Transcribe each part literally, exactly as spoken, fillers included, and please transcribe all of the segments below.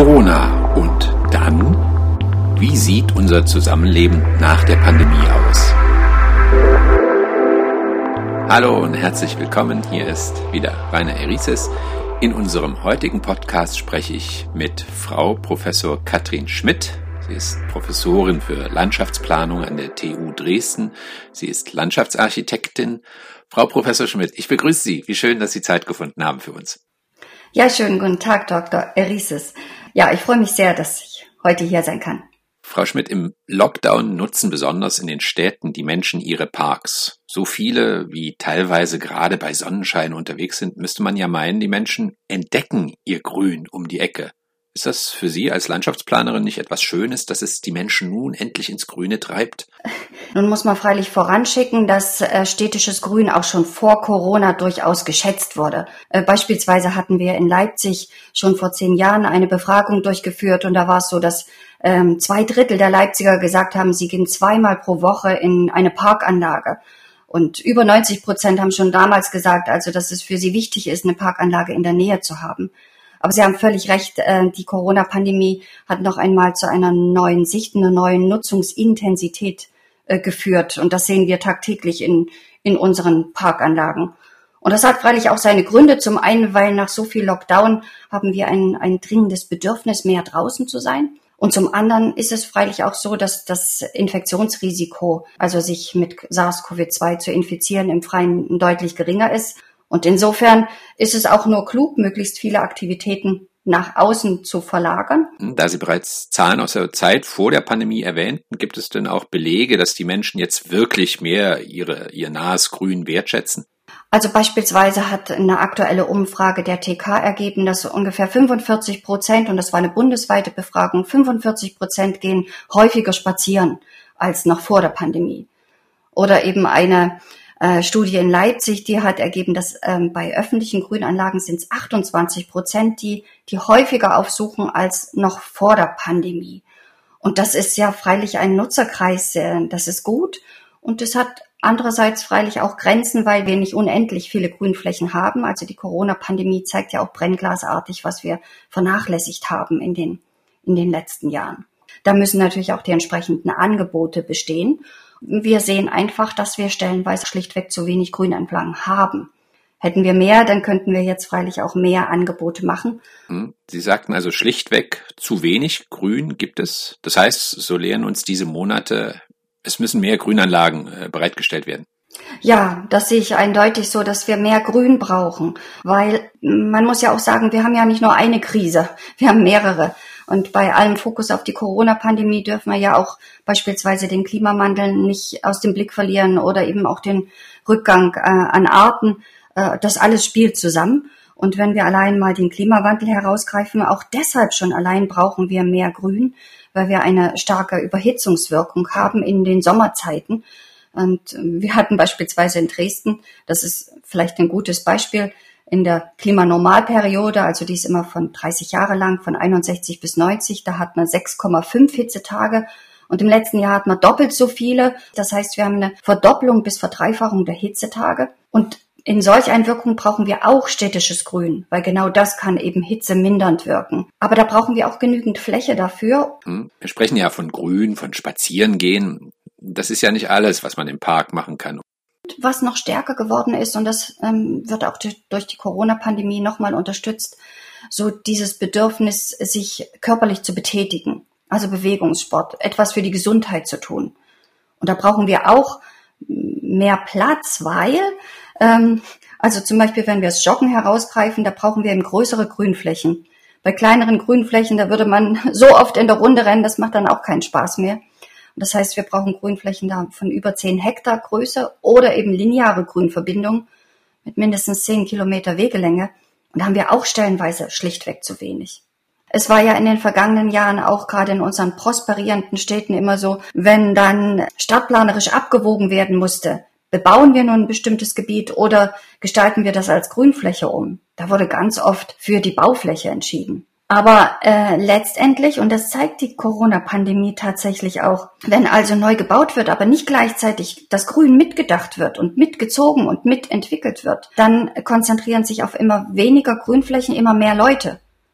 Corona und dann? Wie sieht unser Zusammenleben nach der Pandemie aus? Hallo und herzlich willkommen, hier ist wieder Rainer Erices. In unserem heutigen Podcast spreche ich mit Frau Professor Katrin Schmidt. Sie ist Professorin für Landschaftsplanung an der T U Dresden. Sie ist Landschaftsarchitektin. Frau Professor Schmidt, ich begrüße Sie. Wie schön, dass Sie Zeit gefunden haben für uns. Ja, schönen guten Tag, Doktor Erices. Ja, ich freue mich sehr, dass ich heute hier sein kann. Frau Schmidt, im Lockdown nutzen besonders in den Städten die Menschen ihre Parks. So viele, wie teilweise gerade bei Sonnenschein unterwegs sind, müsste man ja meinen, die Menschen entdecken ihr Grün um die Ecke. Ist das für Sie als Landschaftsplanerin nicht etwas Schönes, dass es die Menschen nun endlich ins Grüne treibt? Nun muss man freilich voranschicken, dass äh, städtisches Grün auch schon vor Corona durchaus geschätzt wurde. Äh, beispielsweise hatten wir in Leipzig schon vor zehn Jahren eine Befragung durchgeführt und da war es so, dass ähm, zwei Drittel der Leipziger gesagt haben, sie gehen zweimal pro Woche in eine Parkanlage. Und über neunzig Prozent haben schon damals gesagt, also dass es für sie wichtig ist, eine Parkanlage in der Nähe zu haben. Aber Sie haben völlig recht, die Corona-Pandemie hat noch einmal zu einer neuen Sicht, einer neuen Nutzungsintensität geführt. Und das sehen wir tagtäglich in, in unseren Parkanlagen. Und das hat freilich auch seine Gründe. Zum einen, weil nach so viel Lockdown haben wir ein, ein dringendes Bedürfnis, mehr draußen zu sein. Und zum anderen ist es freilich auch so, dass das Infektionsrisiko, also sich mit SARS-CoV zwei zu infizieren, im Freien deutlich geringer ist. Und insofern ist es auch nur klug, möglichst viele Aktivitäten nach außen zu verlagern. Da Sie bereits Zahlen aus der Zeit vor der Pandemie erwähnten, gibt es denn auch Belege, dass die Menschen jetzt wirklich mehr ihre, ihr nahes Grün wertschätzen? Also beispielsweise hat eine aktuelle Umfrage der T K ergeben, dass ungefähr fünfundvierzig Prozent, und das war eine bundesweite Befragung, fünfundvierzig Prozent gehen häufiger spazieren als noch vor der Pandemie. Oder eben eine Studie in Leipzig, die hat ergeben, dass ähm, bei öffentlichen Grünanlagen sind es achtundzwanzig Prozent, die, die häufiger aufsuchen als noch vor der Pandemie. Und das ist ja freilich ein Nutzerkreis, äh, das ist gut. Und es hat andererseits freilich auch Grenzen, weil wir nicht unendlich viele Grünflächen haben. Also die Corona-Pandemie zeigt ja auch brennglasartig, was wir vernachlässigt haben in den, in den letzten Jahren. Da müssen natürlich auch die entsprechenden Angebote bestehen. Wir sehen einfach, dass wir stellenweise schlichtweg zu wenig Grünanlagen haben. Hätten wir mehr, dann könnten wir jetzt freilich auch mehr Angebote machen. Sie sagten also schlichtweg, zu wenig Grün gibt es. Das heißt, so lehren uns diese Monate, es müssen mehr Grünanlagen äh, bereitgestellt werden. Ja, das sehe ich eindeutig so, dass wir mehr Grün brauchen, weil man muss ja auch sagen, wir haben ja nicht nur eine Krise, wir haben mehrere. Und bei allem Fokus auf die Corona-Pandemie dürfen wir ja auch beispielsweise den Klimawandel nicht aus dem Blick verlieren oder eben auch den Rückgang äh, an Arten. Äh, das alles spielt zusammen. Und wenn wir allein mal den Klimawandel herausgreifen, auch deshalb schon allein brauchen wir mehr Grün, weil wir eine starke Überhitzungswirkung haben in den Sommerzeiten. Und wir hatten beispielsweise in Dresden, das ist vielleicht ein gutes Beispiel, in der Klimanormalperiode, also die ist immer von dreißig Jahre lang, von einundsechzig bis neunzig, da hat man sechs Komma fünf Hitzetage und im letzten Jahr hat man doppelt so viele. Das heißt, wir haben eine Verdopplung bis Verdreifachung der Hitzetage und in solch einer Wirkung brauchen wir auch städtisches Grün, weil genau das kann eben hitzemindernd wirken. Aber da brauchen wir auch genügend Fläche dafür. Wir sprechen ja von Grün, von Spazierengehen. Das ist ja nicht alles, was man im Park machen kann. Was noch stärker geworden ist, und das ähm, wird auch durch die Corona-Pandemie nochmal unterstützt, so dieses Bedürfnis, sich körperlich zu betätigen, also Bewegungssport, etwas für die Gesundheit zu tun. Und da brauchen wir auch mehr Platz, weil, ähm, also zum Beispiel, wenn wir das Joggen herausgreifen, da brauchen wir eben größere Grünflächen. Bei kleineren Grünflächen, da würde man so oft in der Runde rennen, das macht dann auch keinen Spaß mehr. Das heißt, wir brauchen Grünflächen da von über zehn Hektar Größe oder eben lineare Grünverbindungen mit mindestens zehn Kilometer Wegelänge. Und da haben wir auch stellenweise schlichtweg zu wenig. Es war ja in den vergangenen Jahren auch gerade in unseren prosperierenden Städten immer so, wenn dann stadtplanerisch abgewogen werden musste, bebauen wir nun ein bestimmtes Gebiet oder gestalten wir das als Grünfläche um. Da wurde ganz oft für die Baufläche entschieden. Aber äh, letztendlich, und das zeigt die Corona-Pandemie tatsächlich auch, wenn also neu gebaut wird, aber nicht gleichzeitig das Grün mitgedacht wird und mitgezogen und mitentwickelt wird, dann konzentrieren sich auf immer weniger Grünflächen immer mehr Leute.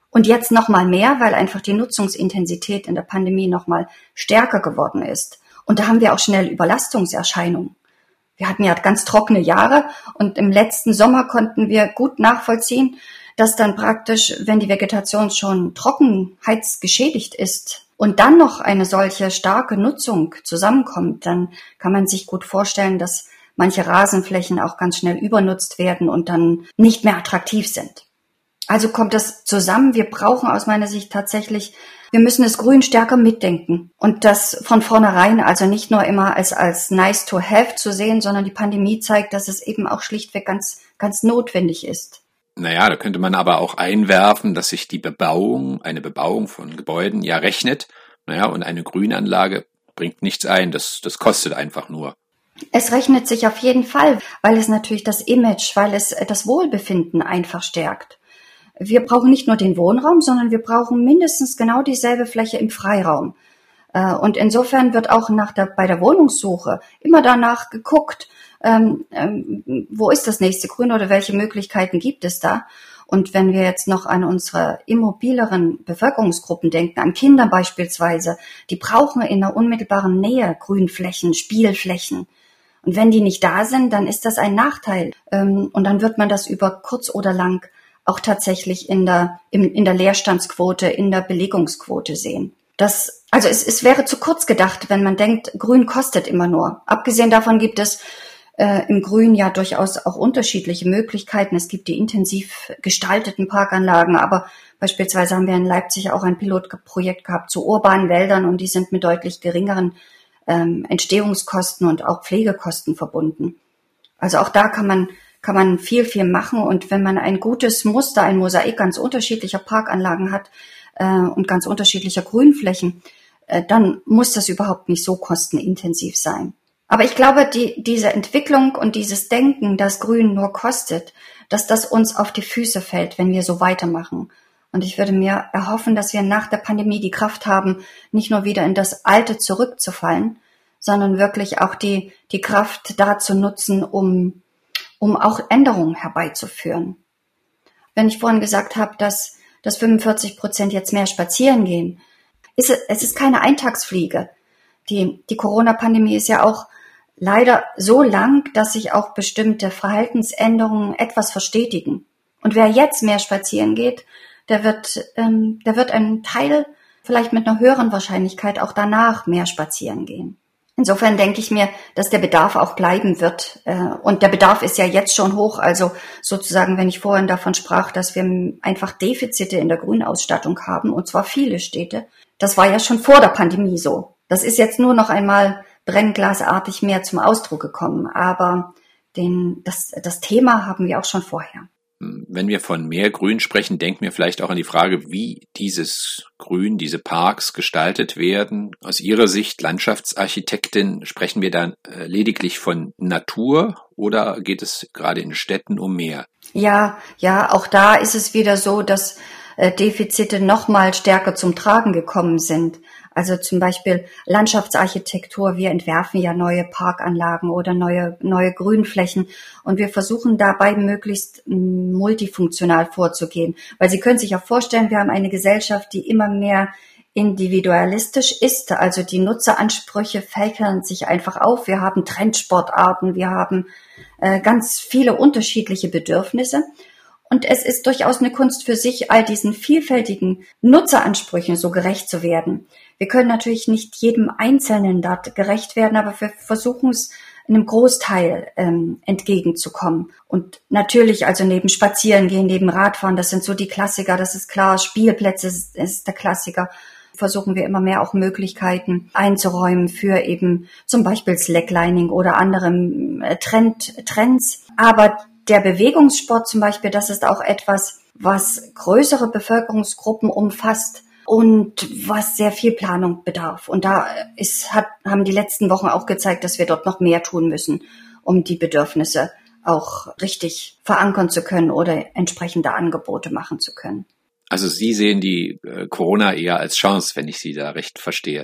Und jetzt noch mal mehr, weil einfach die Nutzungsintensität in der Pandemie noch mal stärker geworden ist. Und da haben wir auch schnell Überlastungserscheinungen. Wir hatten ja ganz trockene Jahre und im letzten Sommer konnten wir gut nachvollziehen, dass dann praktisch, wenn die Vegetation schon trockenheitsgeschädigt ist und dann noch eine solche starke Nutzung zusammenkommt, dann kann man sich gut vorstellen, dass manche Rasenflächen auch ganz schnell übernutzt werden und dann nicht mehr attraktiv sind. Also kommt das zusammen. Wir brauchen aus meiner Sicht tatsächlich, wir müssen das Grün stärker mitdenken und das von vornherein, also nicht nur immer als, als nice to have zu sehen, sondern die Pandemie zeigt, dass es eben auch schlichtweg ganz, ganz notwendig ist. Naja, da könnte man aber auch einwerfen, dass sich die Bebauung, eine Bebauung von Gebäuden ja rechnet. Naja, und eine Grünanlage bringt nichts ein. Das, das kostet einfach nur. Es rechnet sich auf jeden Fall, weil es natürlich das Image, weil es das Wohlbefinden einfach stärkt. Wir brauchen nicht nur den Wohnraum, sondern wir brauchen mindestens genau dieselbe Fläche im Freiraum. Und insofern wird auch nach der, bei der Wohnungssuche immer danach geguckt, ähm, ähm, wo ist das nächste Grün oder welche Möglichkeiten gibt es da? Und wenn wir jetzt noch an unsere immobileren Bevölkerungsgruppen denken, an Kinder beispielsweise, die brauchen in der unmittelbaren Nähe Grünflächen, Spielflächen. Und wenn die nicht da sind, dann ist das ein Nachteil. Und dann wird man das über kurz oder lang auch tatsächlich in der, in, in der Leerstandsquote, in der Belegungsquote sehen. Das, also es, es wäre zu kurz gedacht, wenn man denkt, Grün kostet immer nur. Abgesehen davon gibt es äh, im Grün ja durchaus auch unterschiedliche Möglichkeiten. Es gibt die intensiv gestalteten Parkanlagen, aber beispielsweise haben wir in Leipzig auch ein Pilotprojekt gehabt zu urbanen Wäldern und die sind mit deutlich geringeren ähm, Entstehungskosten und auch Pflegekosten verbunden. Also auch da kann man kann man viel, viel machen. Und wenn man ein gutes Muster, ein Mosaik ganz unterschiedlicher Parkanlagen hat äh, und ganz unterschiedlicher Grünflächen, äh, dann muss das überhaupt nicht so kostenintensiv sein. Aber ich glaube, die, diese Entwicklung und dieses Denken, dass Grün nur kostet, dass das uns auf die Füße fällt, wenn wir so weitermachen. Und ich würde mir erhoffen, dass wir nach der Pandemie die Kraft haben, nicht nur wieder in das Alte zurückzufallen, sondern wirklich auch die, die Kraft dazu nutzen, um um auch Änderungen herbeizuführen. Wenn ich vorhin gesagt habe, dass, dass fünfundvierzig Prozent jetzt mehr spazieren gehen, ist es, es ist keine Eintagsfliege. Die, die Corona-Pandemie ist ja auch leider so lang, dass sich auch bestimmte Verhaltensänderungen etwas verstetigen. Und wer jetzt mehr spazieren geht, der wird, ähm, der wird einen Teil vielleicht mit einer höheren Wahrscheinlichkeit auch danach mehr spazieren gehen. Insofern denke ich mir, dass der Bedarf auch bleiben wird. Und der Bedarf ist ja jetzt schon hoch. Also sozusagen, wenn ich vorhin davon sprach, dass wir einfach Defizite in der Grünausstattung haben, und zwar viele Städte, das war ja schon vor der Pandemie so. Das ist jetzt nur noch einmal brennglasartig mehr zum Ausdruck gekommen. Aber den, das, das Thema haben wir auch schon vorher. Wenn wir von mehr Grün sprechen, denken wir vielleicht auch an die Frage, wie dieses Grün, diese Parks gestaltet werden. Aus Ihrer Sicht, Landschaftsarchitektin, sprechen wir dann lediglich von Natur oder geht es gerade in Städten um mehr? Ja, ja, auch da ist es wieder so, dass äh, Defizite noch mal stärker zum Tragen gekommen sind. Also zum Beispiel Landschaftsarchitektur. Wir entwerfen ja neue Parkanlagen oder neue, neue Grünflächen und wir versuchen dabei möglichst multifunktional vorzugehen. Weil Sie können sich ja vorstellen, wir haben eine Gesellschaft, die immer mehr individualistisch ist. Also die Nutzeransprüche fächern sich einfach auf. Wir haben Trendsportarten, wir haben äh, ganz viele unterschiedliche Bedürfnisse. Und es ist durchaus eine Kunst für sich, all diesen vielfältigen Nutzeransprüchen so gerecht zu werden. Wir können natürlich nicht jedem Einzelnen dort gerecht werden, aber wir versuchen es einem Großteil ähm, entgegenzukommen. Und natürlich also neben Spazierengehen, neben Radfahren, das sind so die Klassiker, das ist klar, Spielplätze ist, ist der Klassiker. Versuchen wir immer mehr auch Möglichkeiten einzuräumen für eben zum Beispiel Slacklining oder andere äh, Trend, Trends. Aber der Bewegungssport zum Beispiel, das ist auch etwas, was größere Bevölkerungsgruppen umfasst und was sehr viel Planung bedarf. Und da ist, hat, haben die letzten Wochen auch gezeigt, dass wir dort noch mehr tun müssen, um die Bedürfnisse auch richtig verankern zu können oder entsprechende Angebote machen zu können. Also Sie sehen die äh, Corona eher als Chance, wenn ich Sie da recht verstehe.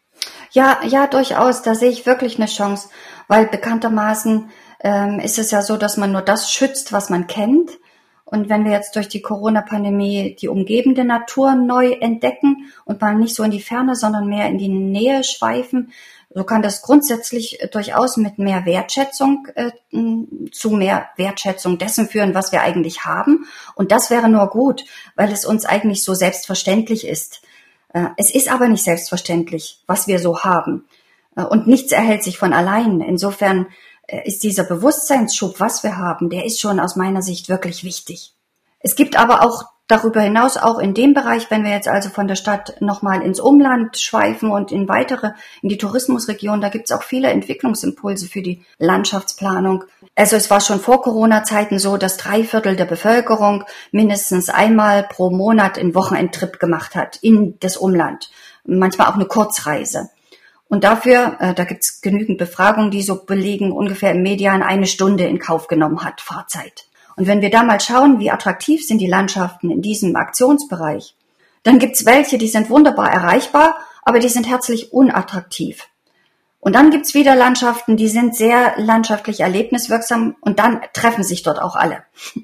Ja, ja, durchaus. Da sehe ich wirklich eine Chance, weil bekanntermaßen ähm, ist es ja so, dass man nur das schützt, was man kennt. Und wenn wir jetzt durch die Corona-Pandemie die umgebende Natur neu entdecken und mal nicht so in die Ferne, sondern mehr in die Nähe schweifen, so kann das grundsätzlich durchaus mit mehr Wertschätzung äh, zu mehr Wertschätzung dessen führen, was wir eigentlich haben. Und das wäre nur gut, weil es uns eigentlich so selbstverständlich ist. Äh, es ist aber nicht selbstverständlich, was wir so haben. Äh, und nichts erhält sich von allein. Insofern ist dieser Bewusstseinsschub, was wir haben, der ist schon aus meiner Sicht wirklich wichtig. Es gibt aber auch darüber hinaus auch in dem Bereich, wenn wir jetzt also von der Stadt nochmal ins Umland schweifen und in weitere, in die Tourismusregion, da gibt es auch viele Entwicklungsimpulse für die Landschaftsplanung. Also es war schon vor Corona-Zeiten so, dass drei Viertel der Bevölkerung mindestens einmal pro Monat einen Wochenendtrip gemacht hat in das Umland. Manchmal auch eine Kurzreise. Und dafür, äh, da gibt's genügend Befragungen, die so belegen, ungefähr im Median eine Stunde in Kauf genommen hat, Fahrzeit. Und wenn wir da mal schauen, wie attraktiv sind die Landschaften in diesem Aktionsbereich, dann gibt's welche, die sind wunderbar erreichbar, aber die sind herzlich unattraktiv. Und dann gibt's wieder Landschaften, die sind sehr landschaftlich erlebniswirksam und dann treffen sich dort auch alle.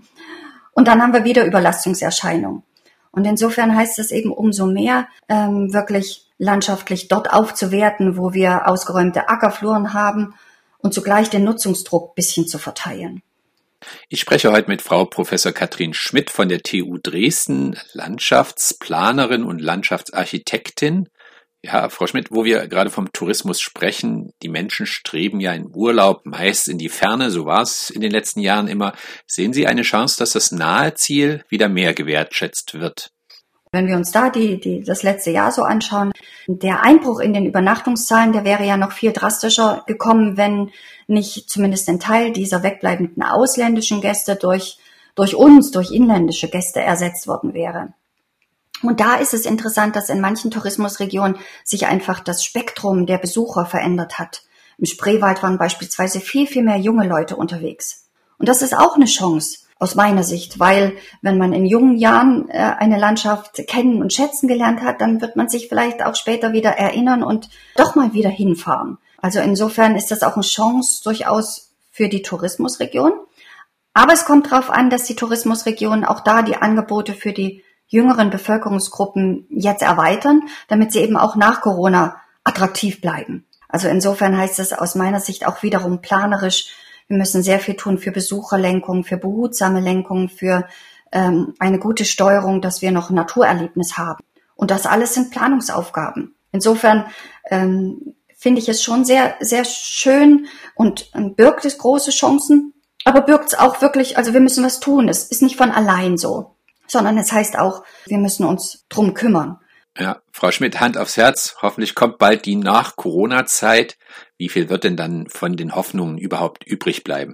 Und dann haben wir wieder Überlastungserscheinungen. Und insofern heißt es eben umso mehr, ähm, wirklich landschaftlich dort aufzuwerten, wo wir ausgeräumte Ackerfluren haben und zugleich den Nutzungsdruck ein bisschen zu verteilen. Ich spreche heute mit Frau Professor Katrin Schmitt von der T U Dresden, Landschaftsplanerin und Landschaftsarchitektin. Ja, Frau Schmitt, wo wir gerade vom Tourismus sprechen, die Menschen streben ja in Urlaub meist in die Ferne, so war es in den letzten Jahren immer. Sehen Sie eine Chance, dass das nahe Ziel wieder mehr gewertschätzt wird? Wenn wir uns da die, die, das letzte Jahr so anschauen, der Einbruch in den Übernachtungszahlen, der wäre ja noch viel drastischer gekommen, wenn nicht zumindest ein Teil dieser wegbleibenden ausländischen Gäste durch, durch uns, durch inländische Gäste ersetzt worden wäre. Und da ist es interessant, dass in manchen Tourismusregionen sich einfach das Spektrum der Besucher verändert hat. Im Spreewald waren beispielsweise viel, viel mehr junge Leute unterwegs. Und das ist auch eine Chance. Aus meiner Sicht, weil wenn man in jungen Jahren äh, eine Landschaft kennen und schätzen gelernt hat, dann wird man sich vielleicht auch später wieder erinnern und doch mal wieder hinfahren. Also insofern ist das auch eine Chance durchaus für die Tourismusregion. Aber es kommt darauf an, dass die Tourismusregionen auch da die Angebote für die jüngeren Bevölkerungsgruppen jetzt erweitern, damit sie eben auch nach Corona attraktiv bleiben. Also insofern heißt es aus meiner Sicht auch wiederum planerisch, wir müssen sehr viel tun für Besucherlenkung, für behutsame Lenkung, für ähm, eine gute Steuerung, dass wir noch ein Naturerlebnis haben. Und das alles sind Planungsaufgaben. Insofern ähm, finde ich es schon sehr, sehr schön und ähm, birgt es große Chancen, aber birgt es auch wirklich, also wir müssen was tun. Es ist nicht von allein so, sondern es heißt auch, wir müssen uns drum kümmern. Ja, Frau Schmitt, Hand aufs Herz. Hoffentlich kommt bald die Nach-Corona-Zeit. Wie viel wird denn dann von den Hoffnungen überhaupt übrig bleiben?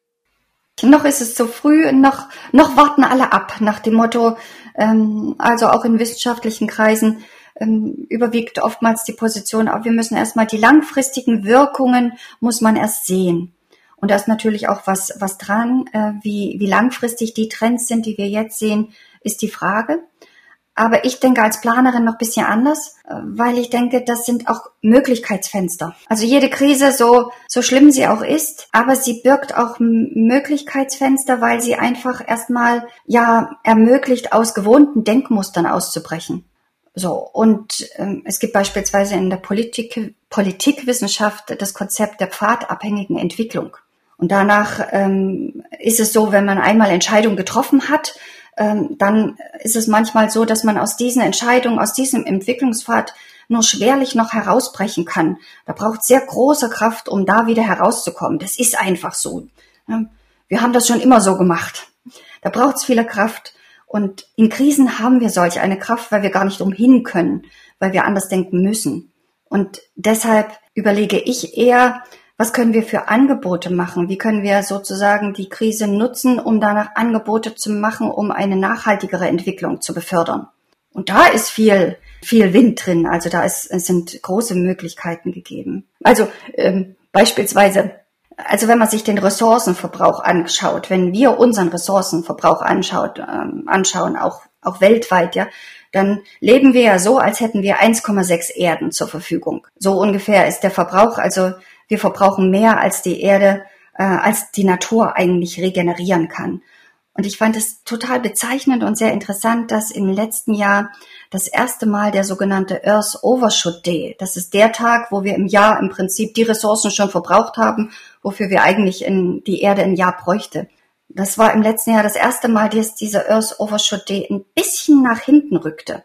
Noch ist es zu früh, noch, noch warten alle ab, nach dem Motto, ähm, also auch in wissenschaftlichen Kreisen ähm, überwiegt oftmals die Position, aber wir müssen erstmal die langfristigen Wirkungen, muss man erst sehen. Und da ist natürlich auch was, was dran, äh, wie, wie langfristig die Trends sind, die wir jetzt sehen, ist die Frage. Aber ich denke als Planerin noch ein bisschen anders, weil ich denke, das sind auch Möglichkeitsfenster. Also jede Krise, so, so schlimm sie auch ist, aber sie birgt auch Möglichkeitsfenster, weil sie einfach erstmal, ja, ermöglicht, aus gewohnten Denkmustern auszubrechen. So. Und ähm, es gibt beispielsweise in der Politik, Politikwissenschaft das Konzept der pfadabhängigen Entwicklung. Und danach ähm, ist es so, wenn man einmal Entscheidungen getroffen hat, dann ist es manchmal so, dass man aus diesen Entscheidungen, aus diesem Entwicklungspfad nur schwerlich noch herausbrechen kann. Da braucht es sehr große Kraft, um da wieder herauszukommen. Das ist einfach so. Wir haben das schon immer so gemacht. Da braucht es viele Kraft. Und in Krisen haben wir solch eine Kraft, weil wir gar nicht umhin können, weil wir anders denken müssen. Und deshalb überlege ich eher, was können wir für Angebote machen? Wie können wir sozusagen die Krise nutzen, um danach Angebote zu machen, um eine nachhaltigere Entwicklung zu befördern? Und da ist viel, viel Wind drin. Also da ist, es sind große Möglichkeiten gegeben. Also ähm, beispielsweise, also wenn man sich den Ressourcenverbrauch anschaut, wenn wir unseren Ressourcenverbrauch anschaut, ähm, anschauen, auch, auch weltweit, ja, dann leben wir ja so, als hätten wir eins Komma sechs Erden zur Verfügung. So ungefähr ist der Verbrauch, also wir verbrauchen mehr, als die Erde, äh, als die Natur eigentlich regenerieren kann. Und ich fand es total bezeichnend und sehr interessant, dass im letzten Jahr das erste Mal der sogenannte Earth Overshoot Day, das ist der Tag, wo wir im Jahr im Prinzip die Ressourcen schon verbraucht haben, wofür wir eigentlich in die Erde ein Jahr bräuchte. Das war im letzten Jahr das erste Mal, dass dieser Earth Overshoot Day ein bisschen nach hinten rückte.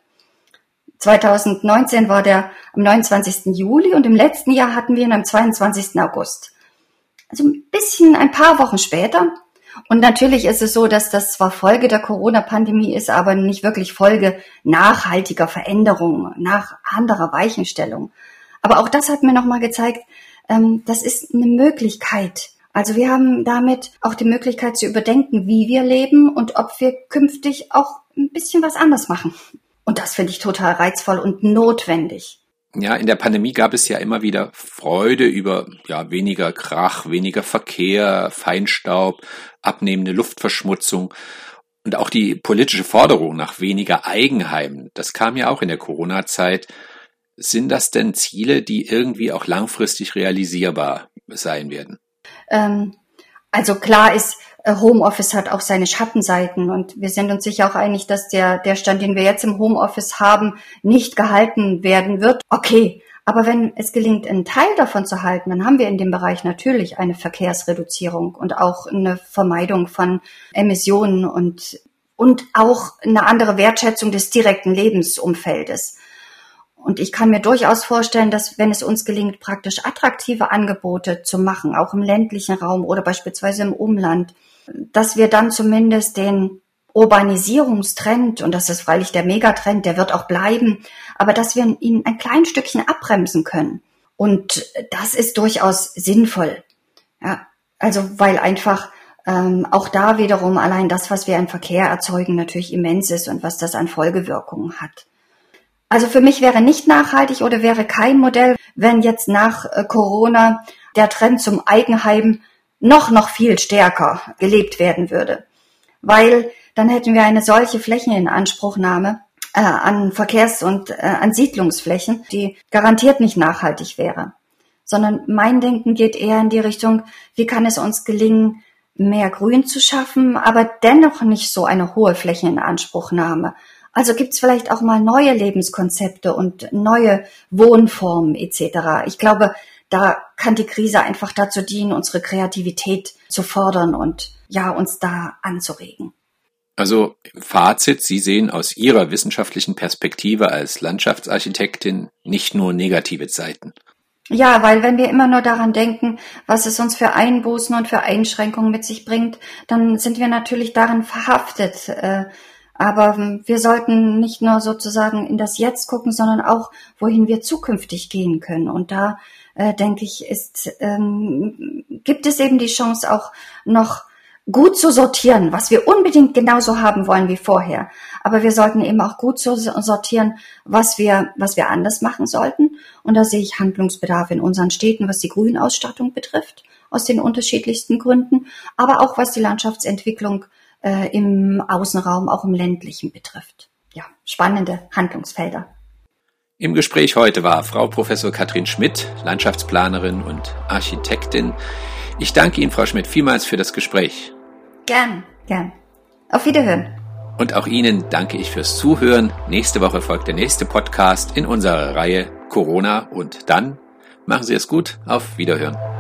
zwanzig neunzehn war der am neunundzwanzigsten Juli und im letzten Jahr hatten wir ihn am zweiundzwanzigsten August. Also ein bisschen, ein paar Wochen später. Und natürlich ist es so, dass das zwar Folge der Corona-Pandemie ist, aber nicht wirklich Folge nachhaltiger Veränderungen, nach anderer Weichenstellung. Aber auch das hat mir nochmal gezeigt, ähm, das ist eine Möglichkeit. Also wir haben damit auch die Möglichkeit zu überdenken, wie wir leben und ob wir künftig auch ein bisschen was anders machen. Und das finde ich total reizvoll und notwendig. Ja, in der Pandemie gab es ja immer wieder Freude über ja weniger Krach, weniger Verkehr, Feinstaub, abnehmende Luftverschmutzung und auch die politische Forderung nach weniger Eigenheim. Das kam ja auch in der Corona-Zeit. Sind das denn Ziele, die irgendwie auch langfristig realisierbar sein werden? Ähm, also klar ist, Homeoffice hat auch seine Schattenseiten und wir sind uns sicher auch einig, dass der, der Stand, den wir jetzt im Homeoffice haben, nicht gehalten werden wird. Okay, aber wenn es gelingt, einen Teil davon zu halten, dann haben wir in dem Bereich natürlich eine Verkehrsreduzierung und auch eine Vermeidung von Emissionen und, und auch eine andere Wertschätzung des direkten Lebensumfeldes. Und ich kann mir durchaus vorstellen, dass wenn es uns gelingt, praktisch attraktive Angebote zu machen, auch im ländlichen Raum oder beispielsweise im Umland, dass wir dann zumindest den Urbanisierungstrend, und das ist freilich der Megatrend, der wird auch bleiben, aber dass wir ihn ein klein Stückchen abbremsen können. Und das ist durchaus sinnvoll. Ja, also weil einfach ähm, auch da wiederum allein das, was wir an Verkehr erzeugen, natürlich immens ist und was das an Folgewirkungen hat. Also für mich wäre nicht nachhaltig oder wäre kein Modell, wenn jetzt nach äh, Corona der Trend zum Eigenheim noch, noch viel stärker gelebt werden würde. Weil dann hätten wir eine solche Flächeninanspruchnahme äh, an Verkehrs- und äh, an Siedlungsflächen, die garantiert nicht nachhaltig wäre. Sondern mein Denken geht eher in die Richtung, wie kann es uns gelingen, mehr Grün zu schaffen, aber dennoch nicht so eine hohe Flächeninanspruchnahme. Also gibt's vielleicht auch mal neue Lebenskonzepte und neue Wohnformen et cetera. Ich glaube, da kann die Krise einfach dazu dienen, unsere Kreativität zu fordern und ja, uns da anzuregen. Also Fazit, Sie sehen aus Ihrer wissenschaftlichen Perspektive als Landschaftsarchitektin nicht nur negative Seiten. Ja, weil wenn wir immer nur daran denken, was es uns für Einbußen und für Einschränkungen mit sich bringt, dann sind wir natürlich darin verhaftet. Aber wir sollten nicht nur sozusagen in das Jetzt gucken, sondern auch, wohin wir zukünftig gehen können. Und da, äh, denke ich, ist, ähm, gibt es eben die Chance auch noch gut zu sortieren, was wir unbedingt genauso haben wollen wie vorher. Aber wir sollten eben auch gut so sortieren, was wir, was wir anders machen sollten. Und da sehe ich Handlungsbedarf in unseren Städten, was die Grünausstattung betrifft, aus den unterschiedlichsten Gründen, aber auch was die Landschaftsentwicklung äh, im Außenraum, auch im ländlichen betrifft. Ja, spannende Handlungsfelder. Im Gespräch heute war Frau Professor Katrin Schmidt, Landschaftsplanerin und Architektin. Ich danke Ihnen, Frau Schmidt, vielmals für das Gespräch. Gern, gern. Auf Wiederhören. Und auch Ihnen danke ich fürs Zuhören. Nächste Woche folgt der nächste Podcast in unserer Reihe Corona und dann machen Sie es gut. Auf Wiederhören.